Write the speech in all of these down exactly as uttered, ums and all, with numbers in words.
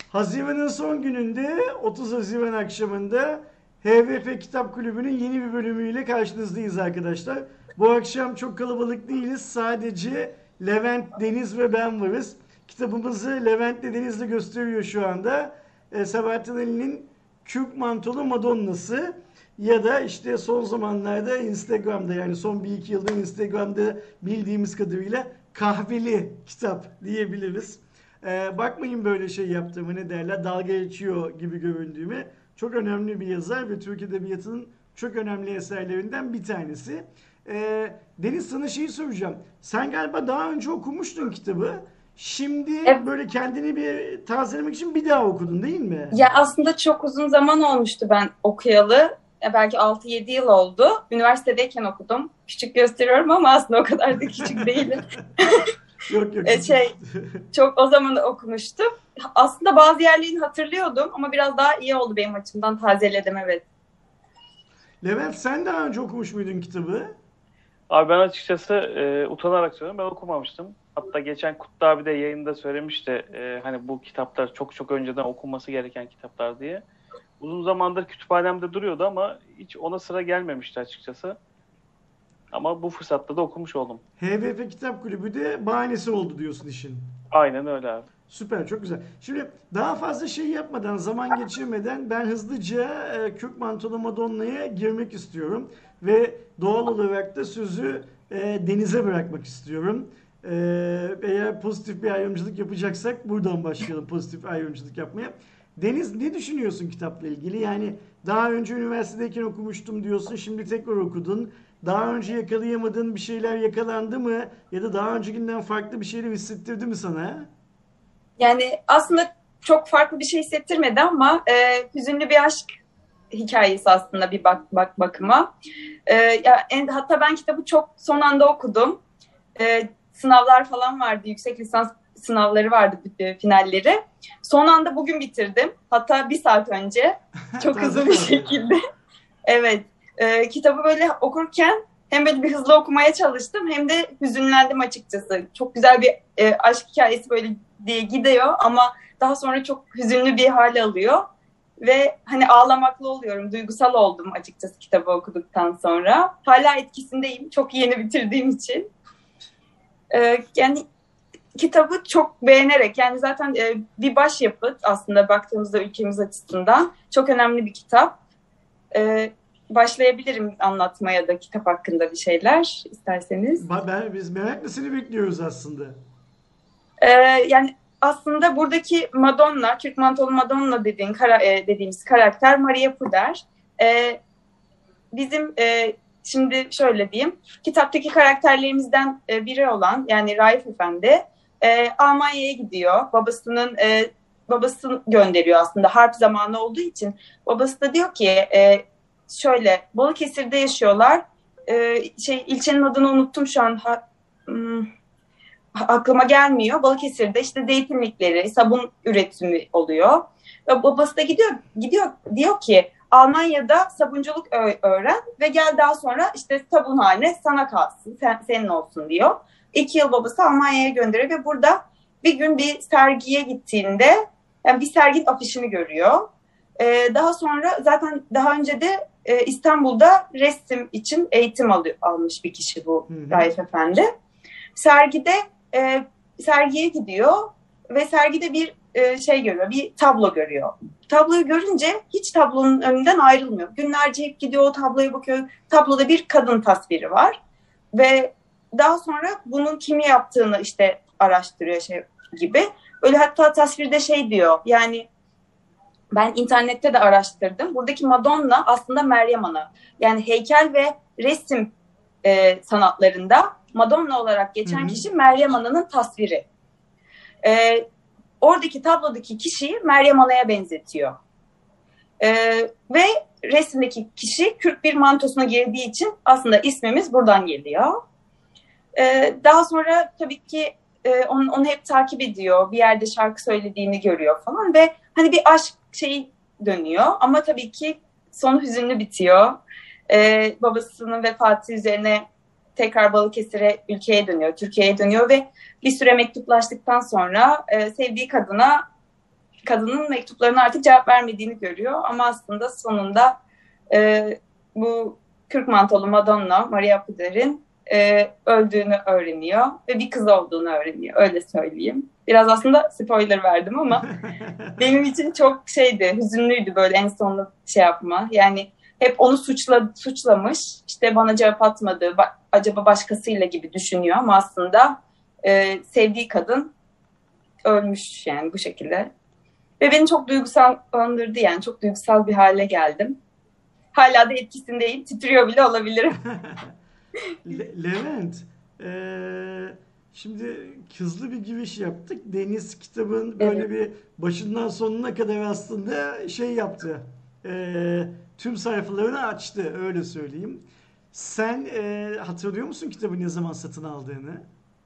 Haziran'ın son gününde otuz Haziran akşamında H V F Kitap Kulübü'nün yeni bir bölümüyle karşınızdayız arkadaşlar. Bu akşam çok kalabalık değiliz. Sadece Levent, Deniz ve ben varız. Kitabımızı Levent de Deniz de gösteriyor şu anda. E, Sabahattin Ali'nin Kürk Mantolu Madonna'sı ya da işte son zamanlarda Instagram'da, yani son bir iki yılda Instagram'da bildiğimiz kadarıyla kahveli kitap diyebiliriz. Ee, bakmayın böyle şey yaptığımı, ne derler, dalga geçiyor gibi göründüğüme. Çok önemli bir yazar ve Türk Edebiyatı'nın çok önemli eserlerinden bir tanesi. Ee, Deniz, sana şeyi soracağım. Sen galiba daha önce okumuştun kitabı. Şimdi Evet. böyle kendini bir tazelemek için bir daha okudun, değil mi? Ya aslında çok uzun zaman olmuştu ben okuyalı. Ya belki altı yedi yıl oldu. Üniversitedeyken okudum. Küçük gösteriyorum ama aslında o kadar da küçük değilim. Yok yok. E, şey çok o zaman okumuştum. Aslında bazı yerlerini hatırlıyordum ama biraz daha iyi oldu benim açımdan, tazeledim, evet. Levent, sen daha önce okumuş muydun kitabı? Abi ben açıkçası e, utanarak söylüyorum. Ben okumamıştım. Hatta geçen Kutlu abi de yayında söylemişti. E, hani bu kitaplar çok çok önceden okunması gereken kitaplar diye. Uzun zamandır kütüphanemde duruyordu ama hiç ona sıra gelmemişti açıkçası. Ama bu fırsatta da okumuş oldum. H V F Kitap Kulübü de bahanesi oldu diyorsun işin. Aynen öyle abi. Süper, çok güzel. Şimdi daha fazla şey yapmadan, zaman geçirmeden ben hızlıca e, Kürk Mantolu Madonna'ya girmek istiyorum. Ve doğal olarak da sözü e, Deniz'e bırakmak istiyorum. E, eğer pozitif bir ayrımcılık yapacaksak buradan başlayalım, pozitif ayrımcılık yapmaya. Deniz, ne düşünüyorsun kitapla ilgili? Yani daha önce üniversitedeyken okumuştum diyorsun, şimdi tekrar okudun. Daha önce yakalayamadığın bir şeyler yakalandı mı? Ya da daha öncekinden farklı bir şeyler hissettirdi mi sana? Yani aslında çok farklı bir şey hissettirmedi ama e, hüzünlü bir aşk hikayesi aslında bir bak, bak bakıma. E, ya en, hatta ben kitabı çok son anda okudum. E, sınavlar falan vardı, yüksek lisans sınavları vardı, e, finalleri. Son anda bugün bitirdim. Hatta bir saat önce. Çok Taze hızlı bir taze. şekilde. Evet. E, kitabı böyle okurken hem böyle bir hızlı okumaya çalıştım hem de hüzünlendim açıkçası. Çok güzel bir e, aşk hikayesi böyle diye gidiyor ama daha sonra çok hüzünlü bir hale alıyor. Ve hani ağlamaklı oluyorum, duygusal oldum açıkçası kitabı okuduktan sonra. Hala etkisindeyim, çok yeni bitirdiğim için. E, yani kitabı çok beğenerek, yani zaten e, bir başyapıt aslında baktığımızda ülkemiz açısından çok önemli bir kitap. E, başlayabilirim anlatmaya da kitap hakkında bir şeyler isterseniz. Ba- Ben, biz merakla seni bekliyoruz aslında. E, yani aslında buradaki Madonna, Kürk Mantolu Madonna dediğin, kara, e, dediğimiz karakter Maria Puder. E, bizim e, şimdi şöyle diyeyim, kitaptaki karakterlerimizden e, biri olan, yani Raif Efendi e, Almanya'ya gidiyor. Babasının e, babası gönderiyor aslında, harp zamanı olduğu için. Babası da diyor ki e, şöyle, Balıkesir'de yaşıyorlar. E, şey ilçenin adını unuttum şu an. Ha, hmm, aklıma gelmiyor. Balıkesir'de işte zeytinlikleri, sabun üretimi oluyor. Ve babası da gidiyor, gidiyor diyor ki Almanya'da sabunculuk öğren ve gel daha sonra işte sabunhane sana kalsın, sen, senin olsun diyor. İki yıl babası Almanya'ya gönderiyor ve burada bir gün bir sergiye gittiğinde, yani bir serginin afişini görüyor. Ee, daha sonra zaten daha önce de e, İstanbul'da resim için eğitim alıyor, almış bir kişi bu Hı hı. Raif Efendi. Sergide e, sergiye gidiyor ve sergide bir e, şey görüyor, bir tablo görüyor. Tabloyu görünce hiç tablonun önünden ayrılmıyor. Günlerce hep gidiyor o tabloya bakıyor. Tabloda bir kadın tasviri var ve daha sonra bunun kimi yaptığını işte araştırıyor şey gibi. Öyle hatta tasvirde şey diyor, yani ben internette de araştırdım. Buradaki Madonna aslında Meryem Ana. Yani heykel ve resim e, sanatlarında Madonna olarak Hı geçen hı. kişi Meryem Ana'nın tasviri. E, oradaki tablodaki kişiyi Meryem Ana'ya benzetiyor. E, ve resimdeki kişi kürk bir mantosuna girdiği için aslında ismimiz buradan geliyor. E, daha sonra tabii ki e, onu, onu hep takip ediyor. Bir yerde şarkı söylediğini görüyor falan ve hani bir aşk şeyi dönüyor. Ama tabii ki sonu hüzünlü bitiyor. E, babasının vefatı üzerine tekrar Balıkesir'e, ülkeye dönüyor, Türkiye'ye dönüyor ve bir süre mektuplaştıktan sonra e, sevdiği kadına kadının mektuplarına artık cevap vermediğini görüyor. Ama aslında sonunda e, bu kürk mantolu Madonna, Maria Puder'in e, öldüğünü öğreniyor ve bir kız olduğunu öğreniyor. Öyle söyleyeyim. Biraz aslında spoiler verdim ama benim için çok şeydi, hüzünlüydü böyle en sonunda şey yapma. Yani hep onu suçla, suçlamış, işte bana cevap atmadı, ba- acaba başkasıyla gibi düşünüyor ama aslında e, sevdiği kadın ölmüş yani bu şekilde. Ve beni çok duygusallandırdı yani çok duygusal bir hale geldim. Hala da etkisindeyim, titriyor bile olabilirim. Le- Levent, eee, şimdi hızlı bir giriş yaptık. Deniz kitabın böyle Evet. bir başından sonuna kadar aslında şey yaptı. Eee, tüm sayfalarını açtı, öyle söyleyeyim. Sen eee, hatırlıyor musun kitabı ne zaman satın aldığını?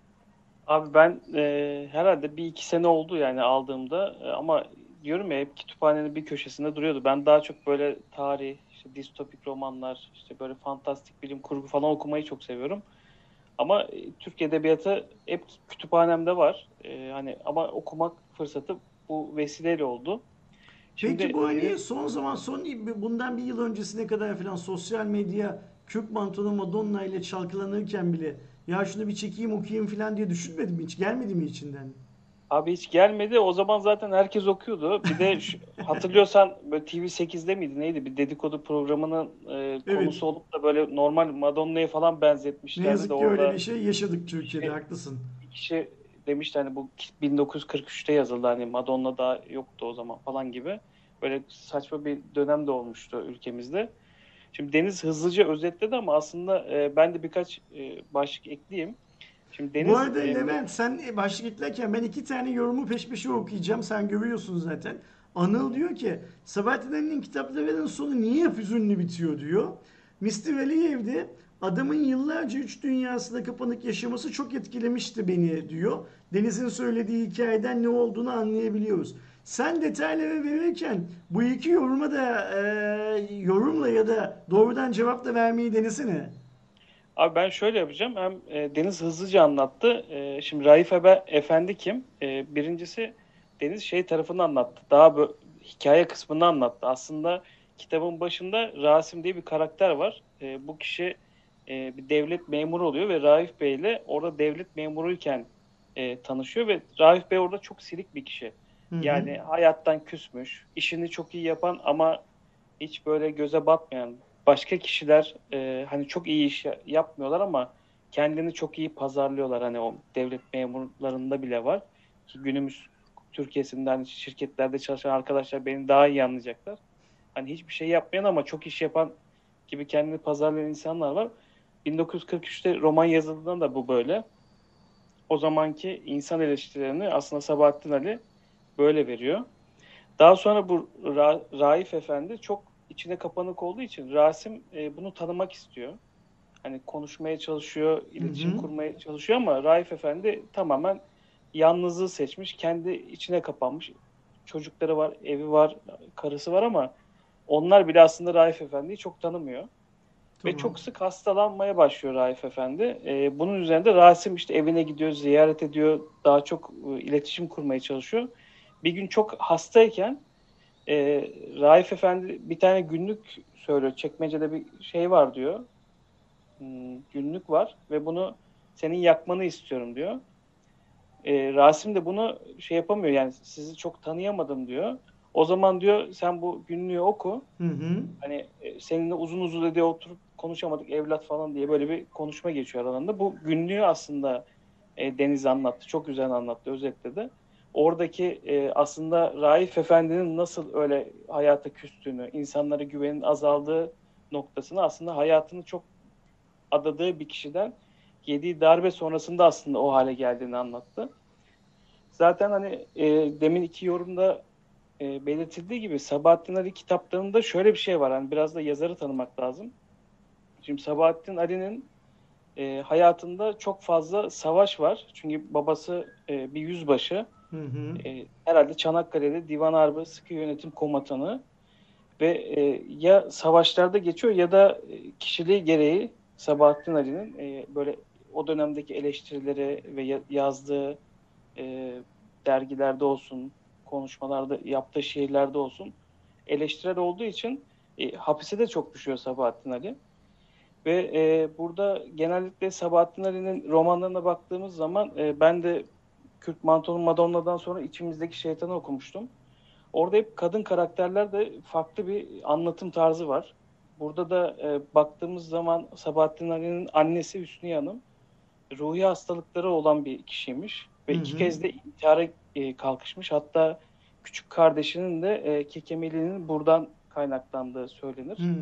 Abi ben e, herhalde bir iki sene oldu yani aldığımda. E, ama diyorum ya hep kütüphanenin bir köşesinde duruyordu. Ben daha çok böyle tarih, işte distopik romanlar, işte böyle fantastik bilim kurgu falan okumayı çok seviyorum. Ama e, Türk edebiyatı hep kütüphanemde var. E, hani ama okumak fırsatı bu vesileyle oldu. Peki Şimdi bu hani Deniz son zaman son bundan bir yıl öncesine kadar falan sosyal medya Kürk Mantolu Madonna ile çalkalanırken bile ya şunu bir çekeyim okuyayım falan diye düşünmedin mi hiç? Gelmedi mi içinden? abi hiç gelmedi. O zaman zaten herkes okuyordu. Bir de şu- hatırlıyorsan böyle T V sekizde miydi neydi? Bir dedikodu programının e, Evet. konusu olup da böyle normal Madonna'ya falan Ne benzetmişlerdi de yazık ki öyle bir orada şey yaşadık bir Türkiye'de, kişi, haklısın. bir kişi demişti hani bu bin dokuz yüz kırk üçte yazıldı hani Madonna daha yoktu o zaman falan gibi. Böyle saçma bir dönem de olmuştu ülkemizde. Şimdi Deniz hızlıca özetledi ama aslında e, ben de birkaç e, başlık ekleyeyim. Şimdi Bu Deniz arada e, mi- Levent sen başlık eklerken ben iki tane yorumu peş peşe okuyacağım. Sen görüyorsun zaten. Hı Anıl hı. diyor ki Sabahattin Ali'nin kitaplarının sonu niye hep hüzünlü bitiyor diyor. mister Aliyev'de adamın yıllarca üç dünyasında kapanık yaşaması çok etkilemişti beni diyor. Deniz'in söylediği hikayeden ne olduğunu anlayabiliyoruz. Sen detayları verirken bu iki yoruma da e, yorumla ya da doğrudan cevap da vermeyi denesene. Abi ben şöyle yapacağım. Hem e, Deniz hızlıca anlattı. E, şimdi Raif Ebe- Efendi kim? E, birincisi Deniz şey tarafını anlattı. Daha böyle hikaye kısmını anlattı. Aslında kitabın başında Rasim diye bir karakter var. E, bu kişi e, bir devlet memuru oluyor ve Raif Bey ile orada devlet memuruyken e, tanışıyor ve Raif Bey orada çok silik bir kişi. Hı hı. Yani hayattan küsmüş, işini çok iyi yapan ama hiç böyle göze batmayan başka kişiler e, hani çok iyi iş yapmıyorlar ama kendini çok iyi pazarlıyorlar. Hani o devlet memurlarında bile var ki günümüz Türkiye'sinde hani şirketlerde çalışan arkadaşlar beni daha iyi anlayacaklar. Hani hiçbir şey yapmayan ama çok iş yapan gibi kendini pazarlayan insanlar var. bin dokuz yüz kırk üçte roman yazıldığında da bu böyle. O zamanki insan eleştirilerini aslında Sabahattin Ali böyle veriyor. Daha sonra bu Ra- Raif Efendi çok içine kapanık olduğu için Rasim e, bunu tanımak istiyor. Hani konuşmaya çalışıyor, Hı iletişim hı. kurmaya çalışıyor ama Raif Efendi tamamen yalnızlığı seçmiş, kendi içine kapanmış. Çocukları var, evi var, karısı var ama onlar bile aslında Raif Efendi'yi çok tanımıyor. Ve Tamam. çok sık hastalanmaya başlıyor Raif Efendi. E, bunun üzerinde Rasim işte evine gidiyor, ziyaret ediyor, daha çok e, iletişim kurmaya çalışıyor. Bir gün çok hastayken e, Raif Efendi bir tane günlük söylüyor. Çekmecede bir şey var diyor. Hmm, günlük var ve bunu senin yakmanı istiyorum diyor. E, Rasim de bunu şey yapamıyor yani sizi çok tanıyamadım diyor. O zaman diyor sen bu günlüğü oku. Hı hı. Hani e, seninle uzun uzun diye oturup konuşamadık evlat falan diye böyle bir konuşma geçiyor aralarında. Bu günlüğü aslında e, Deniz anlattı. Çok güzel anlattı, özetledi. Oradaki e, aslında Raif Efendi'nin nasıl öyle hayata küstüğünü, insanlara güvenin azaldığı noktasını aslında hayatını çok adadığı bir kişiden yediği darbe sonrasında aslında o hale geldiğini anlattı. Zaten hani e, demin iki yorumda e, belirtildiği gibi Sabahattin Ali kitaplarında şöyle bir şey var. Hani biraz da yazarı tanımak lazım. Şimdi Sabahattin Ali'nin e, hayatında çok fazla savaş var. Çünkü babası e, bir yüzbaşı. Hı hı. E, herhalde Çanakkale'de Divan Harbi Sıkı Yönetim Komutanı ve e, ya savaşlarda geçiyor ya da e, kişiliği gereği Sabahattin Ali'nin e, böyle o dönemdeki eleştirileri ve ya- yazdığı e, dergilerde olsun, konuşmalarda, yaptığı şiirlerde olsun eleştirel olduğu için e, hapise de çok düşüyor Sabahattin Ali. Ve e, burada genellikle Sabahattin Ali'nin romanlarına baktığımız zaman e, ben de Kürk Mantolu Madonna'dan sonra İçimizdeki Şeytan'ı okumuştum. Orada hep kadın karakterler de farklı bir anlatım tarzı var. Burada da e, baktığımız zaman Sabahattin Ali'nin annesi Hüsniye Hanım ruhi hastalıkları olan bir kişiymiş. Ve Hı iki hı. kez de intihara e, kalkışmış. Hatta küçük kardeşinin de e, kekemeliğinin buradan kaynaklandığı söylenir. Hmm.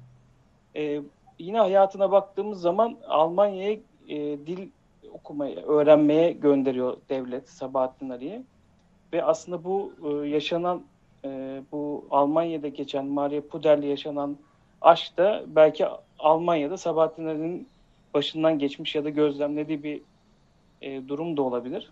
E, yine hayatına baktığımız zaman Almanya'ya e, dil okumaya, öğrenmeye gönderiyor devlet Sabahattin Ali'yi. Ve aslında bu e, yaşanan, e, bu Almanya'da geçen Maria Puder'le yaşanan aşk da belki Almanya'da Sabahattin Ali'nin başından geçmiş ya da gözlemlediği bir e, durum da olabilir.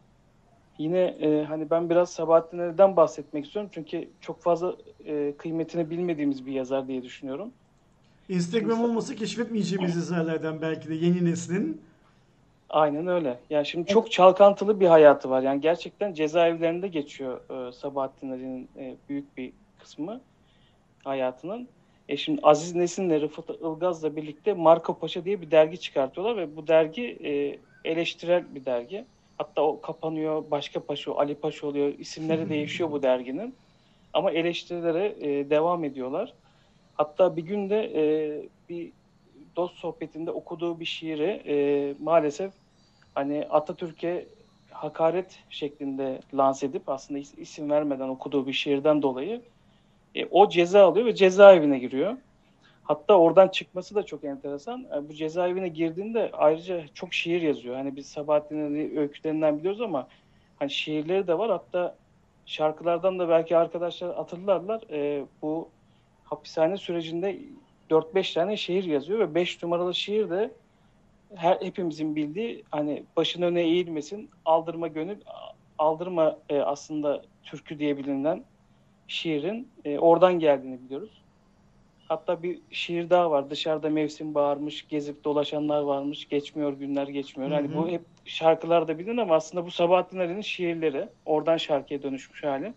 Yine e, hani ben biraz Sabahattin Ali'den bahsetmek istiyorum. Çünkü çok fazla e, kıymetini bilmediğimiz bir yazar diye düşünüyorum. Instagram Şimdi- olması keşfetmeyeceğimiz yazarlardan belki de yeni neslin. Aynen öyle. Yani şimdi çok çalkantılı bir hayatı var. Yani gerçekten cezaevlerinde geçiyor e, Sabahattin Ali'nin e, büyük bir kısmı hayatının. E şimdi Aziz Nesin'le Rıfat Ilgaz'la birlikte Marco Paşa diye bir dergi çıkartıyorlar ve bu dergi e, eleştirel bir dergi. Hatta o kapanıyor, başka Paşa, Ali Paşa oluyor. İsimleri değişiyor bu derginin. Ama eleştirilere e, devam ediyorlar. Hatta bir gün de e, bir dost sohbetinde okuduğu bir şiiri e, maalesef hani Atatürk'e hakaret şeklinde lanse edip aslında is- isim vermeden okuduğu bir şiirden dolayı e, o ceza alıyor ve cezaevine giriyor. Hatta oradan çıkması da çok enteresan. E, bu cezaevine girdiğinde ayrıca çok şiir yazıyor. Hani biz Sabahattin Ali öykülerinden biliyoruz ama hani şiirleri de var. Hatta şarkılardan da belki arkadaşlar hatırlarlar. E, bu hapishane sürecinde dört beş tane şiir yazıyor ve beş numaralı şiir de her hepimizin bildiği hani başın öne eğilmesin, aldırma gönül, aldırma e, aslında türkü diye bilinen şiirin e, oradan geldiğini biliyoruz. Hatta bir şiir daha var. Dışarıda mevsim bağırmış, gezip dolaşanlar varmış, geçmiyor günler geçmiyor. Hı Hani hı. bu hep şarkılarda bilinen ama aslında bu Sabahattin Ali'nin şiirleri. Oradan şarkıya dönüşmüş hali.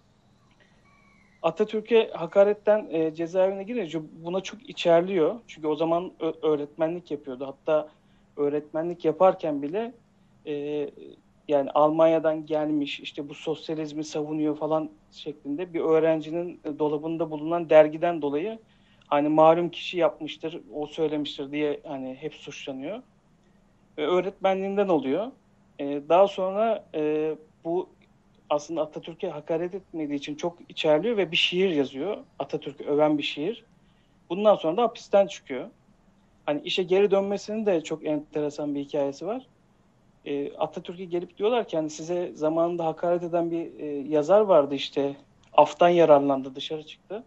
Atatürk'e hakaretten e, cezaevine girince buna çok içerliyor. Çünkü o zaman ö- öğretmenlik yapıyordu. Hatta öğretmenlik yaparken bile e, yani Almanya'dan gelmiş işte bu sosyalizmi savunuyor falan şeklinde bir öğrencinin e, dolabında bulunan dergiden dolayı hani malum kişi yapmıştır, o söylemiştir diye hani hep suçlanıyor. Ve öğretmenliğinden oluyor. E, daha sonra e, bu aslında Atatürk'e hakaret etmediği için çok içerliyor ve bir şiir yazıyor. Atatürk'ü öven bir şiir. Bundan sonra da hapisten çıkıyor. Hani işe geri dönmesinin de çok enteresan bir hikayesi var. E, Atatürk'e gelip diyorlar ki hani size zamanında hakaret eden bir e, yazar vardı işte. Aftan yararlandı, dışarı çıktı.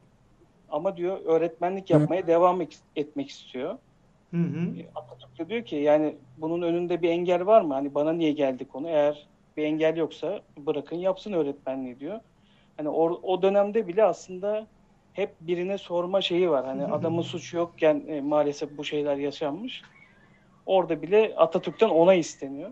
Ama diyor öğretmenlik yapmaya devam etmek istiyor. Hı hı. Atatürk de diyor ki yani bunun önünde bir engel var mı? Hani bana niye geldi konu? Eğer bir engel yoksa bırakın yapsın öğretmenliği diyor. Hani o, o dönemde bile aslında hep birine sorma şeyi var. Hani adamın suçu yokken e, maalesef bu şeyler yaşanmış. Orada bile Atatürk'ten onay isteniyor.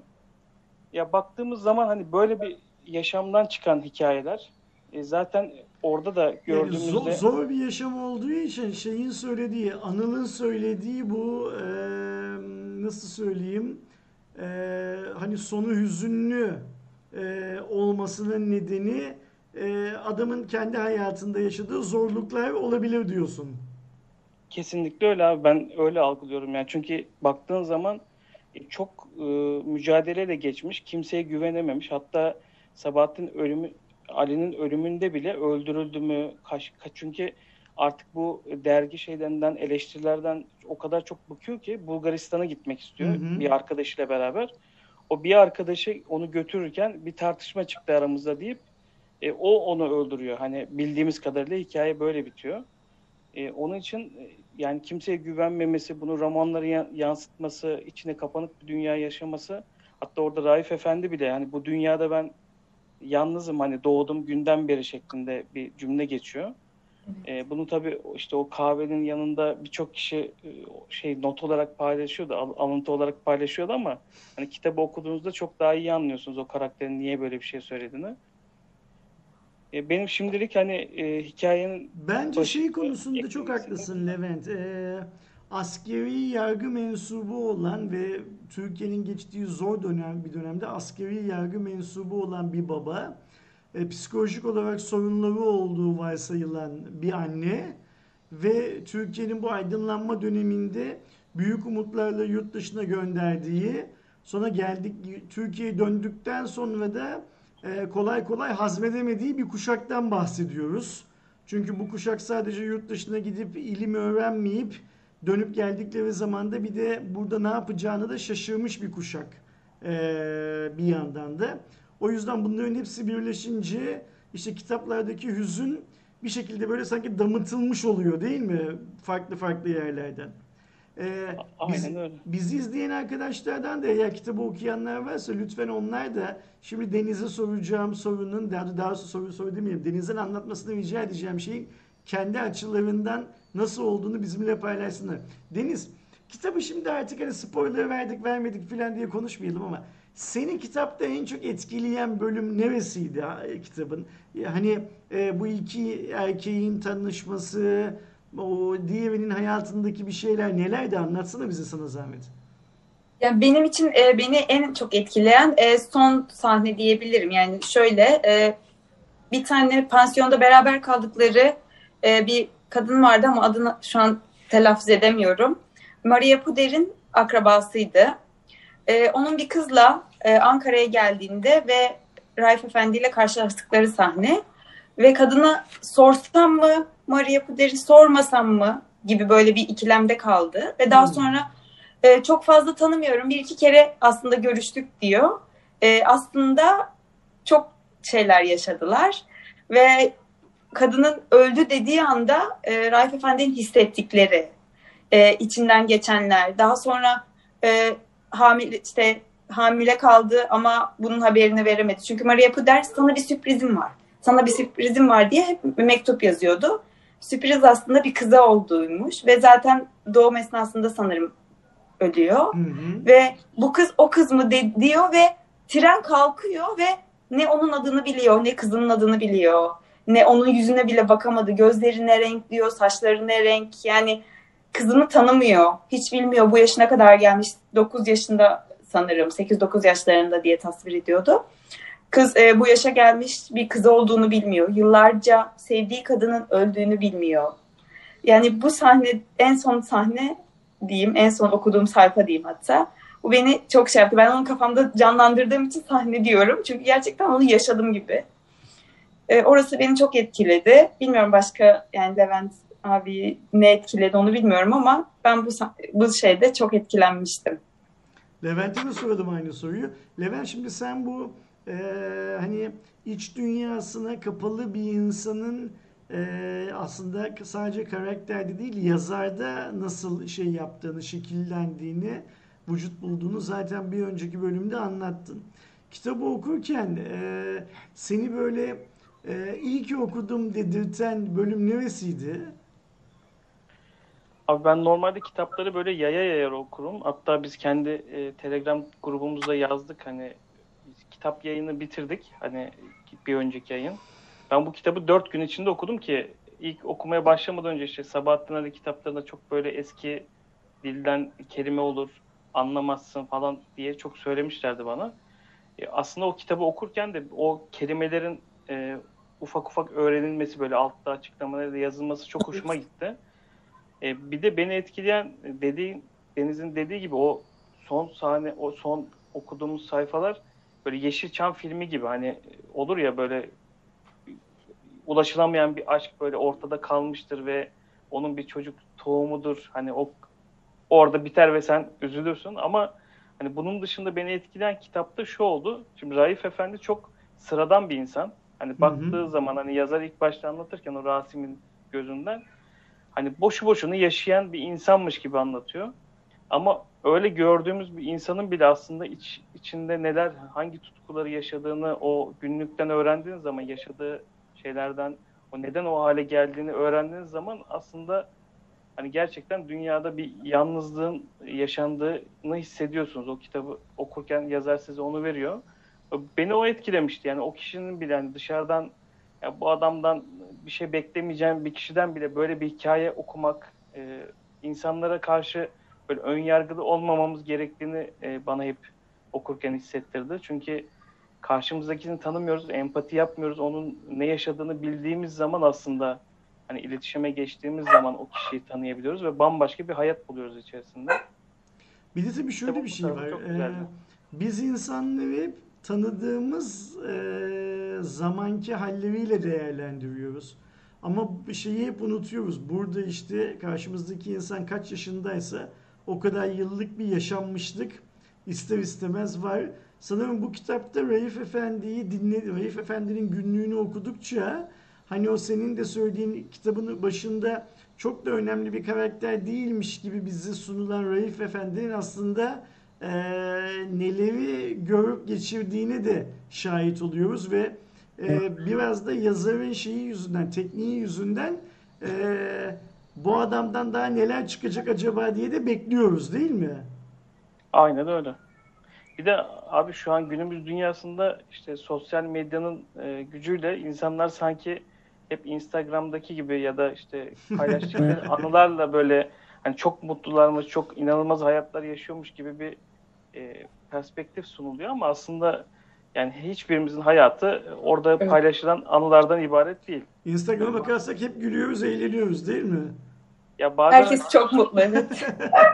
Ya baktığımız zaman hani böyle bir yaşamdan çıkan hikayeler e, zaten orada da Yani gördüğümüzde zor, zor bir yaşam olduğu için şeyin söylediği, Anıl'ın söylediği bu eee, nasıl söyleyeyim, eee, hani sonu hüzünlü eee, olmasının nedeni eee, adamın kendi hayatında yaşadığı zorluklar olabilir diyorsun. kesinlikle öyle abi. Ben öyle algılıyorum yani. Çünkü baktığın zaman e, çok e, mücadeleyle geçmiş. Kimseye güvenememiş. Hatta Sabahattin ölümü Ali'nin ölümünde bile öldürüldü mü? Kaç, kaç, çünkü artık bu dergi şeylerinden, eleştirilerden o kadar çok bıkıyor ki Bulgaristan'a gitmek Hı istiyor hı. bir arkadaşıyla beraber. O bir arkadaşı onu götürürken bir tartışma çıktı aramızda deyip e, o onu öldürüyor. Hani bildiğimiz kadarıyla hikaye böyle bitiyor. E, onun için e, yani kimseye güvenmemesi, bunu romanlara ya- yansıtması, içine kapanık bir dünya yaşaması. Hatta orada Raif Efendi bile yani bu dünyada ben yalnızım hani doğdum günden beri şeklinde bir cümle geçiyor. E, bunu tabii işte o kahvenin yanında birçok kişi e, şey not olarak paylaşıyordu, al- alıntı olarak paylaşıyordu ama hani kitabı okuduğunuzda çok daha iyi anlıyorsunuz o karakterin niye böyle bir şey söylediğini. E, benim şimdilik hani e, hikayenin Bence şey başında konusunda çok eklemek istediğim. haklısın Levent. Ee, askeri yargı mensubu olan ve Türkiye'nin geçtiği zor dönem bir dönemde askeri yargı mensubu olan bir baba, e, psikolojik olarak sorunları olduğu varsayılan bir anne ve Türkiye'nin bu aydınlanma döneminde büyük umutlarla yurt dışına gönderdiği, sonra geldik Türkiye'ye döndükten sonra da e, kolay kolay hazmedemediği bir kuşaktan bahsediyoruz. Çünkü bu kuşak sadece yurt dışına gidip ilim öğrenmeyip dönüp geldikleri zaman da bir de burada ne yapacağını da şaşırmış bir kuşak e, bir yandan da. O yüzden bunların hepsi birleşince işte kitaplardaki hüzün bir şekilde böyle sanki damıtılmış oluyor değil mi? Farklı farklı yerlerden. Ee, A- biz, Aynen öyle. bizi izleyen arkadaşlardan da eğer kitabı okuyanlar varsa lütfen onlar da şimdi Deniz'e soracağım sorunun, daha, daha doğrusu soru soru demeyeyim, Deniz'in anlatmasını rica edeceğim şeyin kendi açılarından nasıl olduğunu bizimle paylaşsınlar. Deniz, kitabı şimdi artık hani spoiler verdik vermedik filan diye konuşmayalım ama seni kitapta en çok etkileyen bölüm neresiydi ha, e, kitabın? Ya Hani e, bu iki erkeğin tanışması, o diğerinin hayatındaki bir şeyler nelerdi anlatsana bize sana zahmet. Yani benim için e, beni en çok etkileyen e, son sahne diyebilirim. Yani şöyle e, bir tane pansiyonda beraber kaldıkları e, bir kadın vardı ama adını şu an telaffuz edemiyorum. Maria Puder'in akrabasıydı. E, onun bir kızla e, Ankara'ya geldiğinde ve Raif Efendi ile karşılaştıkları sahne ve kadına sorsam mı Maria Puder'i sormasam mı gibi böyle bir ikilemde kaldı ve daha Hmm. sonra e, çok fazla tanımıyorum, bir iki kere aslında görüştük diyor. E, aslında çok şeyler yaşadılar ve kadının öldü dediği anda e, Raif Efendi'nin hissettikleri, e, içinden geçenler, daha sonra e, hamile işte hamile kaldı ama bunun haberini veremedi. Çünkü Maria Puder sana bir sürprizim var. Sana bir sürprizim var diye hep bir mektup yazıyordu. Sürpriz aslında bir kıza olduğuymuş ve zaten doğum esnasında sanırım ölüyor. Hı hı. Ve bu kız o kız mı de, diyor ve tren kalkıyor ve ne onun adını biliyor, ne kızının adını biliyor. Ne onun yüzüne bile bakamadı. Gözleri ne renk diyor, saçları ne renk. Yani kızını tanımıyor. Hiç bilmiyor bu yaşına kadar gelmiş. dokuz yaşında sanırım. sekiz dokuz yaşlarında diye tasvir ediyordu. Kız e, bu yaşa gelmiş bir kız olduğunu bilmiyor. Yıllarca sevdiği kadının öldüğünü bilmiyor. Yani bu sahne, en son sahne diyeyim, en son okuduğum sayfa diyeyim hatta. Bu beni çok şey yaptı. Ben onu kafamda canlandırdığım için sahne diyorum. Çünkü gerçekten onu yaşadım gibi. E, orası beni çok etkiledi. Bilmiyorum başka, yani Levent abi ne etkiledi onu bilmiyorum ama ben bu bu şeyde çok etkilenmiştim. Levent'e de soralım aynı soruyu. Levent, şimdi sen bu e, hani iç dünyasına kapalı bir insanın e, aslında sadece karakterde değil yazarda nasıl şey yaptığını, şekillendiğini, vücut bulduğunu zaten bir önceki bölümde anlattın. Kitabı okurken e, seni böyle e, iyi ki okudum dedirten bölüm neresiydi? Abi ben normalde kitapları böyle yaya yaya okurum. Hatta biz kendi e, Telegram grubumuzda yazdık, hani biz kitap yayını bitirdik. Hani bir önceki yayın. Ben bu kitabı dört gün içinde okudum ki ilk okumaya başlamadan önce işte Sabahattin Ali kitaplarında çok böyle eski dilden kelime olur, anlamazsın falan diye çok söylemişlerdi bana. E, aslında o kitabı okurken de o kelimelerin e, ufak ufak öğrenilmesi, böyle altta açıklamaları da yazılması çok hoşuma gitti. E, bir de beni etkileyen dediğin, Deniz'in dediği gibi o son sahne, o son okuduğumuz sayfalar böyle Yeşilçam filmi gibi, hani olur ya böyle ulaşılamayan bir aşk böyle ortada kalmıştır ve onun bir çocuk tohumudur. Hani o orada biter ve sen üzülürsün ama hani bunun dışında beni etkileyen kitapta şu oldu. Şimdi Raif Efendi çok sıradan bir insan. Hani Hı hı. baktığı zaman hani yazar ilk başta anlatırken o Rasim'in gözünden hani boşu boşuna yaşayan bir insanmış gibi anlatıyor. Ama öyle gördüğümüz bir insanın bile aslında iç, içinde neler, hangi tutkuları yaşadığını o günlükten öğrendiğiniz zaman, yaşadığı şeylerden o neden o hale geldiğini öğrendiğiniz zaman aslında hani gerçekten dünyada bir yalnızlığın yaşandığını hissediyorsunuz. O kitabı okurken yazar size onu veriyor. Beni o etkilemişti. Yani o kişinin bile hani dışarıdan Ya bu adamdan bir şey beklemeyeceğim bir kişiden bile böyle bir hikaye okumak, e, insanlara karşı böyle ön yargılı olmamamız gerektiğini e, bana hep okurken hissettirdi. Çünkü karşımızdakini tanımıyoruz, empati yapmıyoruz. Onun ne yaşadığını bildiğimiz zaman aslında hani iletişime geçtiğimiz zaman o kişiyi tanıyabiliyoruz ve bambaşka bir hayat buluyoruz içerisinde. Bir de tabii şöyle İşte bir bu şey tarafı var. çok Ee, güzeldi. biz insanları hep tanıdığımız e, zamanki halleriyle değerlendiriyoruz. Ama bir şeyi hep unutuyoruz. Burada işte karşımızdaki insan kaç yaşındaysa o kadar yıllık bir yaşanmışlık ister istemez var. Sanırım bu kitapta Raif Efendi'yi dinledi. Raif Efendi'nin günlüğünü okudukça hani o senin de söylediğin kitabın başında çok da önemli bir karakter değilmiş gibi bize sunulan Raif Efendi'nin aslında eee, neleri görüp geçirdiğine de şahit oluyoruz ve eee, biraz da yazarın şeyi yüzünden, tekniği yüzünden eee, bu adamdan daha neler çıkacak acaba diye de bekliyoruz değil mi? Aynen öyle. Bir de abi şu an günümüz dünyasında işte sosyal medyanın e, gücüyle insanlar sanki hep Instagram'daki gibi ya da işte paylaştıkları anılarla böyle hani çok mutlularmış, çok inanılmaz hayatlar yaşıyormuş gibi bir e, perspektif sunuluyor ama aslında yani hiçbirimizin hayatı orada Evet. paylaşılan anılardan ibaret değil. Instagram'a Yani bakarsak hep gülüyoruz, eğleniyoruz değil mi? ya bazen Herkes çok mutlu, evet.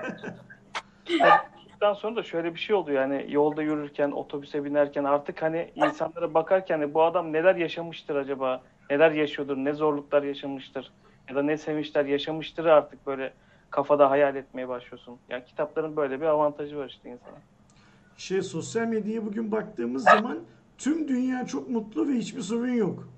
Daha sonra da şöyle bir şey oluyor yani yolda yürürken, otobüse binerken artık hani insanlara bakarken de bu adam neler yaşamıştır acaba? Neler yaşıyordur? Ne zorluklar yaşamıştır? Ya da ne sevinçler yaşamıştır artık böyle kafada hayal etmeye başlıyorsun. Yani kitapların böyle bir avantajı var işte insana. Şey sosyal medyaya bugün baktığımız zaman tüm dünya çok mutlu ve hiçbir sorun yok.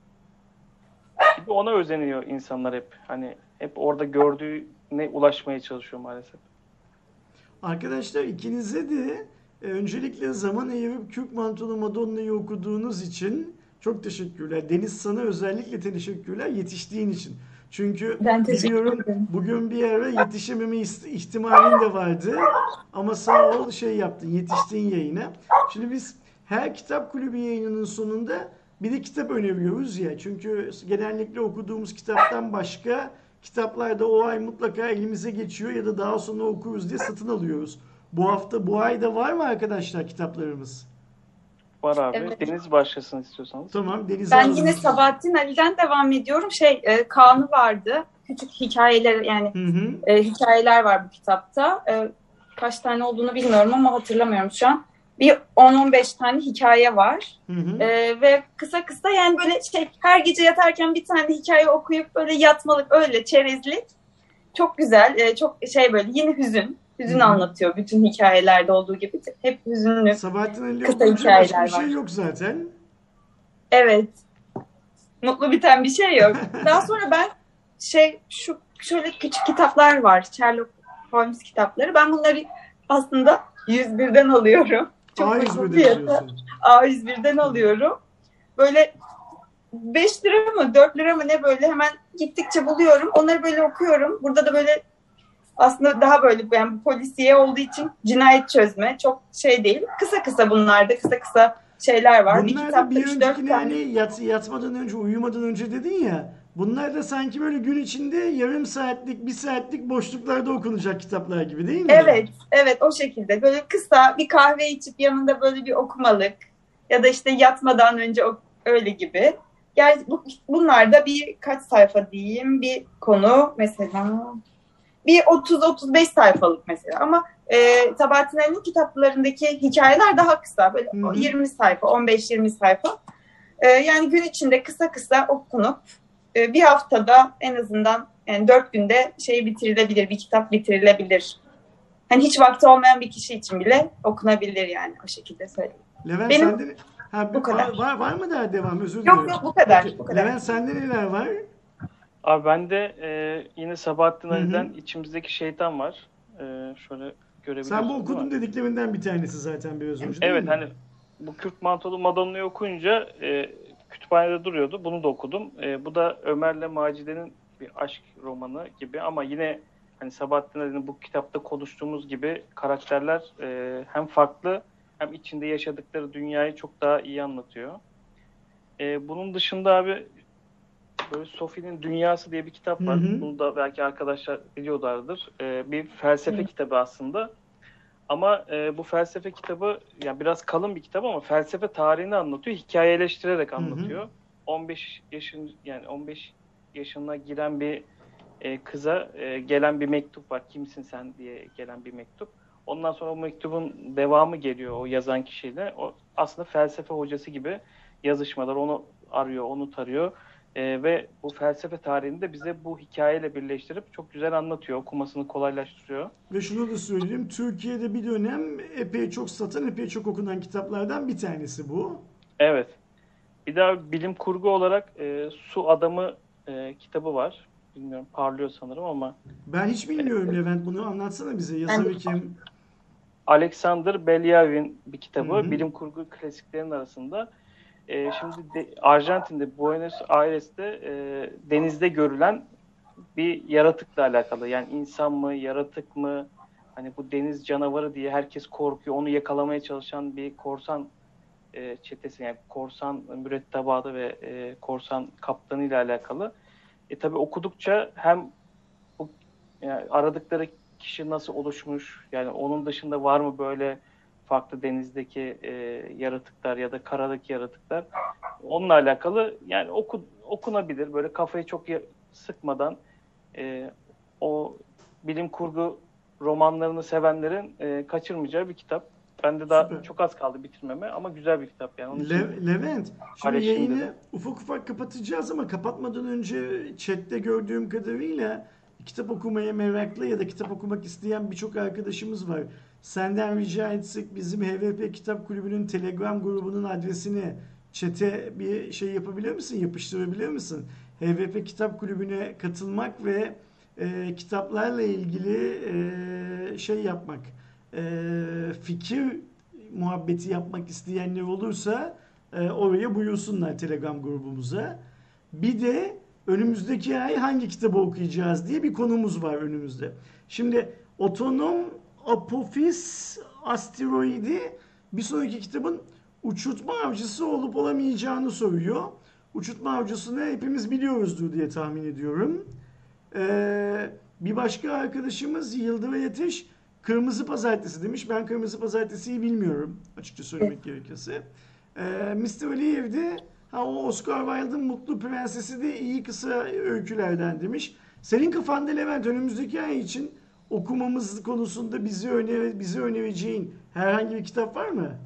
Bir de ona özeniyor insanlar hep. Hani hep orada gördüğüne ulaşmaya çalışıyor maalesef. Arkadaşlar ikinize de e, öncelikle zaman ayırıp Kürk Mantolu Madonna'yı okuduğunuz için çok teşekkürler. Deniz sana özellikle teşekkürler yetiştiğin için. Çünkü Ben teşekkür biliyorum ederim. bugün bir ara yetişememe ist- ihtimalin de vardı. Ama sağ ol şey yaptın, yetiştiğin yayına. Şimdi biz her kitap kulübü yayınının sonunda bir de kitap öneriyoruz ya. Çünkü genellikle okuduğumuz kitaptan başka kitaplar da o ay mutlaka elimize geçiyor ya da daha sonra okuruz diye satın alıyoruz. Bu hafta, bu ayda var mı arkadaşlar kitaplarımız? Var abi. Evet. Deniz başlasın istiyorsanız. Tamam, Deniz'i Ben alalım. yine Sabahattin Ali'den devam ediyorum. Şey, e, Kaan'ı vardı. Küçük hikayeler yani Hı hı. e, hikayeler var bu kitapta. E, kaç tane olduğunu bilmiyorum ama hatırlamıyorum şu an. Bir on on beş tane hikaye var. Hı hı. E, ve kısa kısa yani böyle şey her gece yatarken bir tane hikaye okuyup böyle yatmalık öyle çerezlik. Çok güzel. E, çok şey böyle yine hüzün. Hüzün Hı hı. anlatıyor bütün hikayelerde olduğu gibi. Hep hüzünlü. Sabahattin Ali Kısa olunca başka hikayeler bir şey var. yok zaten. Evet. Mutlu biten bir şey yok. Daha sonra ben şey şu şöyle küçük kitaplar var. Sherlock Holmes kitapları. Ben bunları aslında yüz birden alıyorum. Çok A uygun yüz birden fiyatı. alıyorsun. A yüz birden alıyorum. Böyle beş lira mı dört lira mı ne böyle hemen gittikçe buluyorum. Onları böyle okuyorum. Burada da böyle aslında daha böyle yani polisiye olduğu için cinayet çözme çok şey değil. Kısa kısa bunlarda kısa kısa şeyler var. Bir Bunlar da kitapta bir üç dört öncekine tane. hani yat, yatmadan önce, uyumadan önce dedin ya. Bunlar da sanki böyle gün içinde yarım saatlik, bir saatlik boşluklarda okunacak kitaplar gibi değil mi? Evet, evet o şekilde. Böyle kısa bir kahve içip yanında böyle bir okumalık ya da işte yatmadan önce o- öyle gibi. Yani bu, bunlar da bir kaç sayfa diyeyim bir konu mesela bir otuz otuz beş sayfalık mesela ama e, Sabahattin Ali'nin kitaplarındaki hikayeler daha kısa böyle Hı hı. yirmi sayfa on beş yirmi sayfa. E, yani gün içinde kısa kısa okunup e, bir haftada en azından yani dört günde şey bitirilebilir bir kitap bitirilebilir. Hani hiç vakti olmayan bir kişi için bile okunabilir yani o şekilde söyleyeyim. Levent Benim sende ha, bu kadar. Var, var, var mı daha devam? Özür Yok dilerim. yok bu kadar. Peki, Bu kadar. Levent sende neler var? Abi bende e, yine Sabahattin Hı hı. Ali'den içimizdeki şeytan var. E, şöyle görebiliyorsunuz Sen bu değil okudum mi? dediklerinden bir tanesi zaten biraz önce değil Evet mi? hani bu Kürk Mantolu Madonna'yı okuyunca e, kütüphanede duruyordu. Bunu da okudum. E, bu da Ömer'le Macide'nin bir aşk romanı gibi ama yine hani Sabahattin Ali'nin bu kitapta konuştuğumuz gibi karakterler e, hem farklı hem içinde yaşadıkları dünyayı çok daha iyi anlatıyor. E, bunun dışında abi böyle Sophie'nin Dünyası diye bir kitap var. Hı hı. Bunu da belki arkadaşlar biliyorlardır. E, bir felsefe kitabı aslında. Ama e, bu felsefe kitabı yani biraz kalın bir kitap ama felsefe tarihini anlatıyor. Hikayeleştirerek anlatıyor. Hı hı. on beş yaşın yani on beş yaşına giren bir e, kıza e, gelen bir mektup var. Kimsin sen diye gelen bir mektup. Ondan sonra o mektubun devamı geliyor o yazan kişiyle. O aslında felsefe hocası gibi yazışmalar. Onu arıyor, onu tarıyor. Ee, ve bu felsefe tarihini de bize bu hikayeyle birleştirip çok güzel anlatıyor. Okumasını kolaylaştırıyor. Ve şunu da söyleyeyim. Türkiye'de bir dönem epey çok satan, epey çok okunan kitaplardan bir tanesi bu. Evet. Bir daha bilim kurgu olarak e, Su Adamı e, kitabı var. Bilmiyorum, parlıyor sanırım ama. Ben hiç bilmiyorum e, Levent. Bunu anlatsana bize. Yazarı kim? Alexander Belyavin bir kitabı. Hı hı. Bilim kurgu klasiklerinin arasında. E, şimdi de, Arjantin'de, Buenos Aires'te e, denizde görülen bir yaratıkla alakalı. Yani insan mı, yaratık mı? Hani bu deniz canavarı diye herkes korkuyor. Onu yakalamaya çalışan bir korsan e, çetesi, yani korsan mürettebatı ve e, korsan kaptanı ile alakalı. E tabii okudukça hem bu yani aradıkları kişi nasıl oluşmuş, yani onun dışında var mı böyle farklı denizdeki e, yaratıklar ya da karadaki yaratıklar, onunla alakalı yani oku, okunabilir böyle kafayı çok sıkmadan e, o bilim kurgu romanlarını sevenlerin e, kaçırmayacağı bir kitap. Bende daha Süper. Çok az kaldı bitirmeme ama güzel bir kitap yani. Onun Le- Levent, şimdi yayını de. ufak ufak kapatacağız ama kapatmadan önce chatte gördüğüm kadarıyla kitap okumaya meraklı ya da kitap okumak isteyen birçok arkadaşımız var. Senden rica etsek bizim H V P Kitap Kulübü'nün Telegram grubunun adresini chat'e bir şey yapabilir misin? Yapıştırabilir misin? H V P Kitap Kulübü'ne katılmak ve e, kitaplarla ilgili e, şey yapmak, e, fikir muhabbeti yapmak isteyenler olursa e, oraya buyursunlar Telegram grubumuza. Bir de önümüzdeki ay hangi kitabı okuyacağız diye bir konumuz var önümüzde. Şimdi Otonom Apophis Asteroidi bir sonraki kitabın uçurtma avcısı olup olamayacağını soruyor. Uçurtma avcısını hepimiz biliyoruzdur diye tahmin ediyorum. Ee, bir başka arkadaşımız Yıldıray Ateş Kırmızı Pazartesi demiş. Ben Kırmızı Pazartesi'yi bilmiyorum açıkça söylemek gerekirse. Ee, mister Aliyev de ha, o Oscar Wilde'ın Mutlu Prensesi de iyi kısa öykülerden demiş. Senin kafanda Levent önümüzdeki ay için okumamız konusunda bizi öner bizi önereceğin herhangi bir kitap var mı?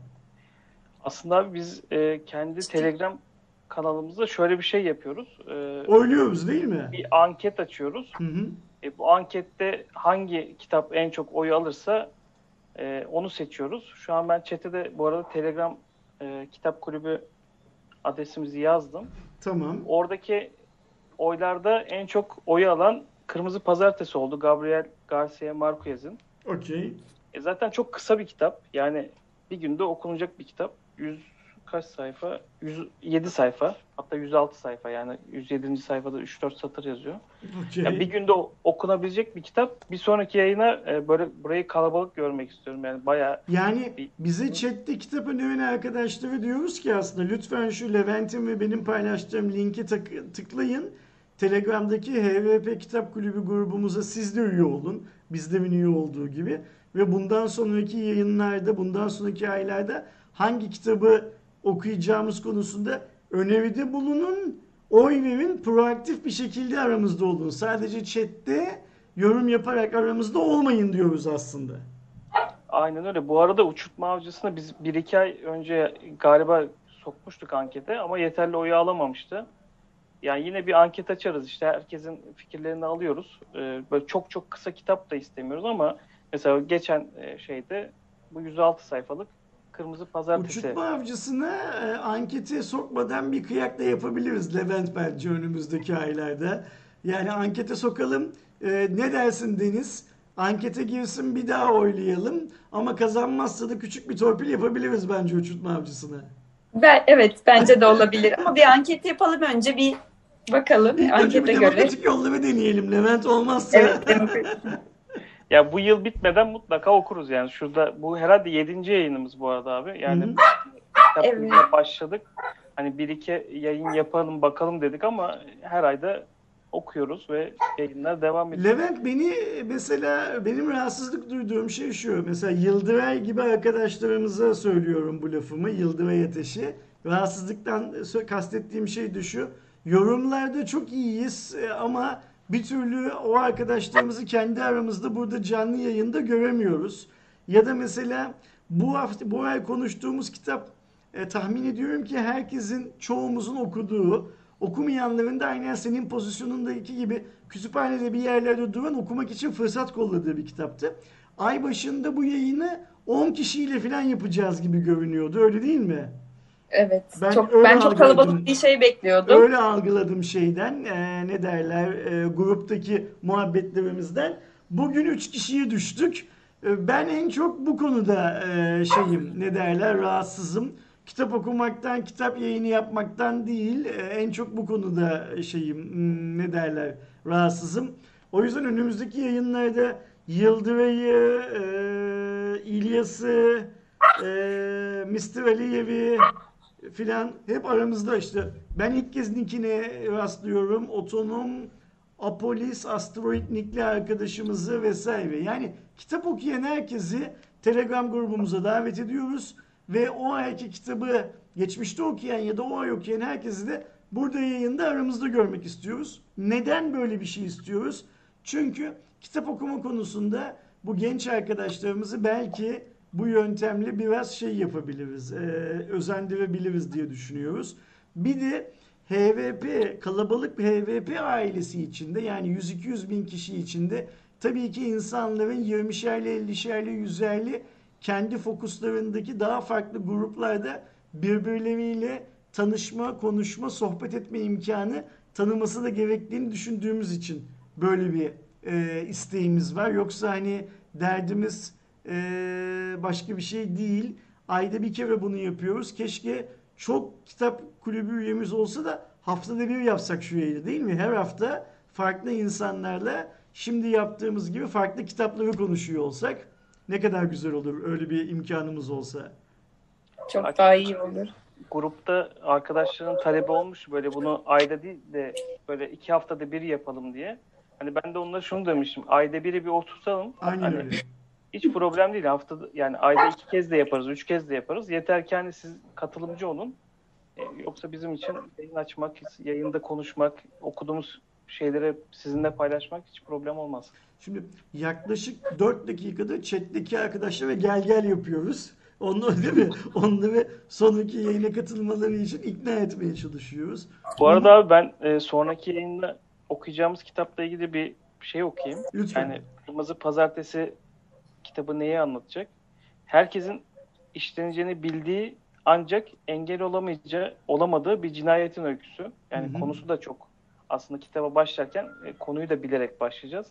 Aslında abi biz e, kendi Telegram kanalımızda şöyle bir şey yapıyoruz. E, Oyluyoruz değil mi? Bir anket açıyoruz. Hı hı. E, bu ankette hangi kitap en çok oy alırsa e, onu seçiyoruz. Şu an ben chat'e de bu arada Telegram e, Kitap Kulübü adresimizi yazdım. Tamam. Oradaki oylarda en çok oyu alan Kırmızı Pazartesi oldu. Gabriel Garcia Marquez'in. Okey. E, zaten çok kısa bir kitap. Yani bir günde okunacak bir kitap. yüz kaç sayfa? yüz yedi sayfa. Hatta yüz altı sayfa. Yani yüz yedinci sayfada üç dört satır yazıyor. Okay. Yani bir günde okunabilecek bir kitap. Bir sonraki yayına e, böyle burayı kalabalık görmek istiyorum. Yani bayağı. Yani bir... bize chatte kitap öneren arkadaşlara diyoruz ki aslında lütfen şu Levent'in ve benim paylaştığım linki tık- tıklayın. Telegram'daki H V P Kitap Kulübü grubumuza siz de üye olun. Bizde üye olduğu gibi. Ve bundan sonraki yayınlarda, bundan sonraki aylarda hangi kitabı okuyacağımız konusunda öneride bulunun. Oy verin, proaktif bir şekilde aramızda olun. Sadece chatte yorum yaparak aramızda olmayın diyoruz aslında. Aynen öyle. Bu arada Uçurtma Avcısı'nı biz bir iki ay önce galiba sokmuştuk ankete ama yeterli oyu alamamıştı. Yani yine bir anket açarız işte. Herkesin fikirlerini alıyoruz. Ee, böyle çok çok kısa kitap da istemiyoruz ama mesela geçen şeyde bu yüz altı sayfalık Kırmızı Pazartesi. Uçurtma Avcısı'na e, ankete sokmadan bir kıyak da yapabiliriz Levent bence önümüzdeki aylarda. Yani ankete sokalım. E, ne dersin Deniz? Ankete girsin bir daha oylayalım. Ama kazanmazsa da küçük bir torpil yapabiliriz bence Uçurtma Avcısı'na. Ben, evet bence de olabilir ama bir anket yapalım önce bir bakalım. İlk ankete bir göre. demokratik yolları deneyelim Levent olmazsa. Evet demokratik. Ya bu yıl bitmeden mutlaka okuruz yani. Şurada bu herhalde yedinci yayınımız bu arada abi. Yani kitap Evet. kulübüne başladık. hani bir iki yayın yapalım bakalım dedik ama her ayda okuyoruz ve yayınlar devam ediyor. Levent, beni mesela benim rahatsızlık duyduğum şey şu. Mesela Yıldıray gibi arkadaşlarımıza söylüyorum bu lafımı. Yıldıray Ateş'i. Rahatsızlıktan sö- kastettiğim şey de şu. Yorumlarda çok iyiyiz e, ama bir türlü o arkadaşlarımızı kendi aramızda burada canlı yayında göremiyoruz. Ya da mesela bu hafta bu ay konuştuğumuz kitap, e, tahmin ediyorum ki herkesin, çoğumuzun okuduğu, okumayanların da aynen senin pozisyonundaki gibi kütüphanede bir yerlerde duran, okumak için fırsat kolladığı bir kitaptı. Ay başında bu yayını on kişiyle falan yapacağız gibi görünüyordu, öyle değil mi? Evet. Ben Çok öyle ben çok algıladım. kalabalık bir şey bekliyordum. Öyle algıladım şeyden, e, ne derler, e, gruptaki muhabbetlerimizden. Bugün üç kişiye düştük. E, ben en çok bu konuda e, şeyim, ne derler, rahatsızım. Kitap okumaktan, kitap yayını yapmaktan değil, e, en çok bu konuda şeyim, hmm, ne derler, rahatsızım. O yüzden önümüzdeki yayınlarda Yıldıray'ı, e, İlyas'ı, e, mister Aliyev'i filan hep aramızda işte. Ben ilk kez nickine rastlıyorum. Otonom, Apolis, Asteroid nickli arkadaşımızı vesaire. Yani kitap okuyan herkesi Telegram grubumuza davet ediyoruz. Ve o ayki kitabı geçmişte okuyan ya da o ay okuyan herkesi de burada yayında aramızda görmek istiyoruz. Neden böyle bir şey istiyoruz? Çünkü kitap okuma konusunda bu genç arkadaşlarımızı belki bu yöntemle biraz şey yapabiliriz, e, özendirebiliriz diye düşünüyoruz. Bir de H V P, kalabalık bir H V P ailesi içinde, yani yüz iki yüz bin kişi içinde tabii ki insanların yirmişerli, ellişerli, yüzerli kendi fokuslarındaki daha farklı gruplarda birbirleriyle tanışma, konuşma, sohbet etme imkanı tanıması da gerektiğini düşündüğümüz için böyle bir e, isteğimiz var. Yoksa hani derdimiz e, başka bir şey değil. Ayda bir kere bunu yapıyoruz. Keşke çok kitap kulübü üyemiz olsa da haftada bir yapsak şu yayını, değil mi? Her hafta farklı insanlarla şimdi yaptığımız gibi farklı kitapları konuşuyor olsak ne kadar güzel olur öyle bir imkanımız olsa. Çok daha iyi olur. Grupta arkadaşların talebi olmuş böyle bunu ayda değil de böyle iki haftada bir yapalım diye. Hani ben de onlara şunu demiştim. Ayda biri bir oturtalım. Aynen Hani öyle. hiç problem değil. Haftada yani ayda iki kez de yaparız, üç kez de yaparız. Yeter ki hani siz katılımcı olun. E, yoksa bizim için yayın açmak, yayında konuşmak, okuduğumuz şeyleri sizinle paylaşmak hiç problem olmaz. Şimdi yaklaşık dört dakikada chat'teki arkadaşlara gel gel yapıyoruz. Onları, değil mi? Onları sonraki yayına katılmaları için ikna etmeye çalışıyoruz. Bu arada abi ben e, sonraki yayında okuyacağımız kitapla ilgili bir şey okuyayım. Lütfen. Yani Kırmızı Pazartesi kitabı neyi anlatacak? Herkesin işleneceğini bildiği ancak engel olamayacağı, olamadığı bir cinayetin öyküsü. Yani Hı hı. konusu da çok. Aslında kitaba başlarken e, konuyu da bilerek başlayacağız.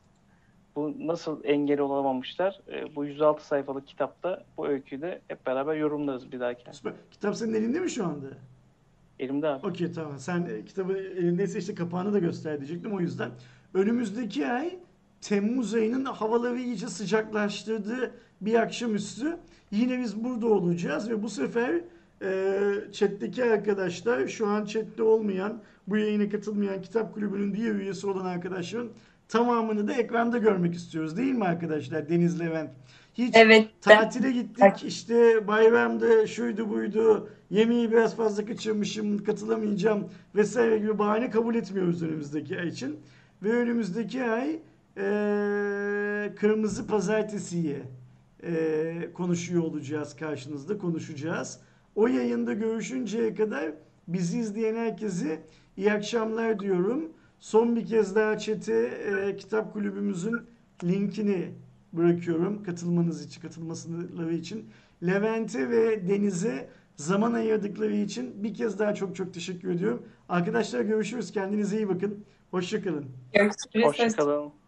Bu nasıl engel olamamışlar? E, bu yüz altı sayfalık kitapta bu öyküyü de hep beraber yorumlarız bir dahaki. Süper. Kitap senin elinde mi şu anda? Elimde abi. Okey, tamam. Sen e, kitabı elindeyse işte kapağını da göster diyecektim, o yüzden. Önümüzdeki ay Temmuz ayının havaları iyice sıcaklaştırdığı bir akşamüstü yine biz burada olacağız ve bu sefer e, chat'teki arkadaşlar, şu an chat'te olmayan, bu yayına katılmayan kitap kulübünün diğer üyesi olan arkadaşların tamamını da ekranda görmek istiyoruz, değil mi arkadaşlar? Deniz, Levent. Hiç Evet. ben- tatile gittik, işte bayramda şuydu buydu, yemeği biraz fazla kaçırmışım, katılamayacağım vesaire gibi bahane kabul etmiyoruz önümüzdeki ay için. Ve önümüzdeki ay eee, Kırmızı Pazartesi'yi eee, konuşuyor olacağız, karşınızda konuşacağız. O yayında görüşünceye kadar bizi izleyen herkese iyi akşamlar diyorum. Son bir kez daha chat'e eee, kitap kulübümüzün linkini bırakıyorum katılmanız için, katılmaları için. Levent'e ve Deniz'e zaman ayırdıkları için bir kez daha çok çok teşekkür ediyorum. Arkadaşlar görüşürüz. Kendinize iyi bakın. Hoşça kalın. Görüşürüz. Hoşçakalın.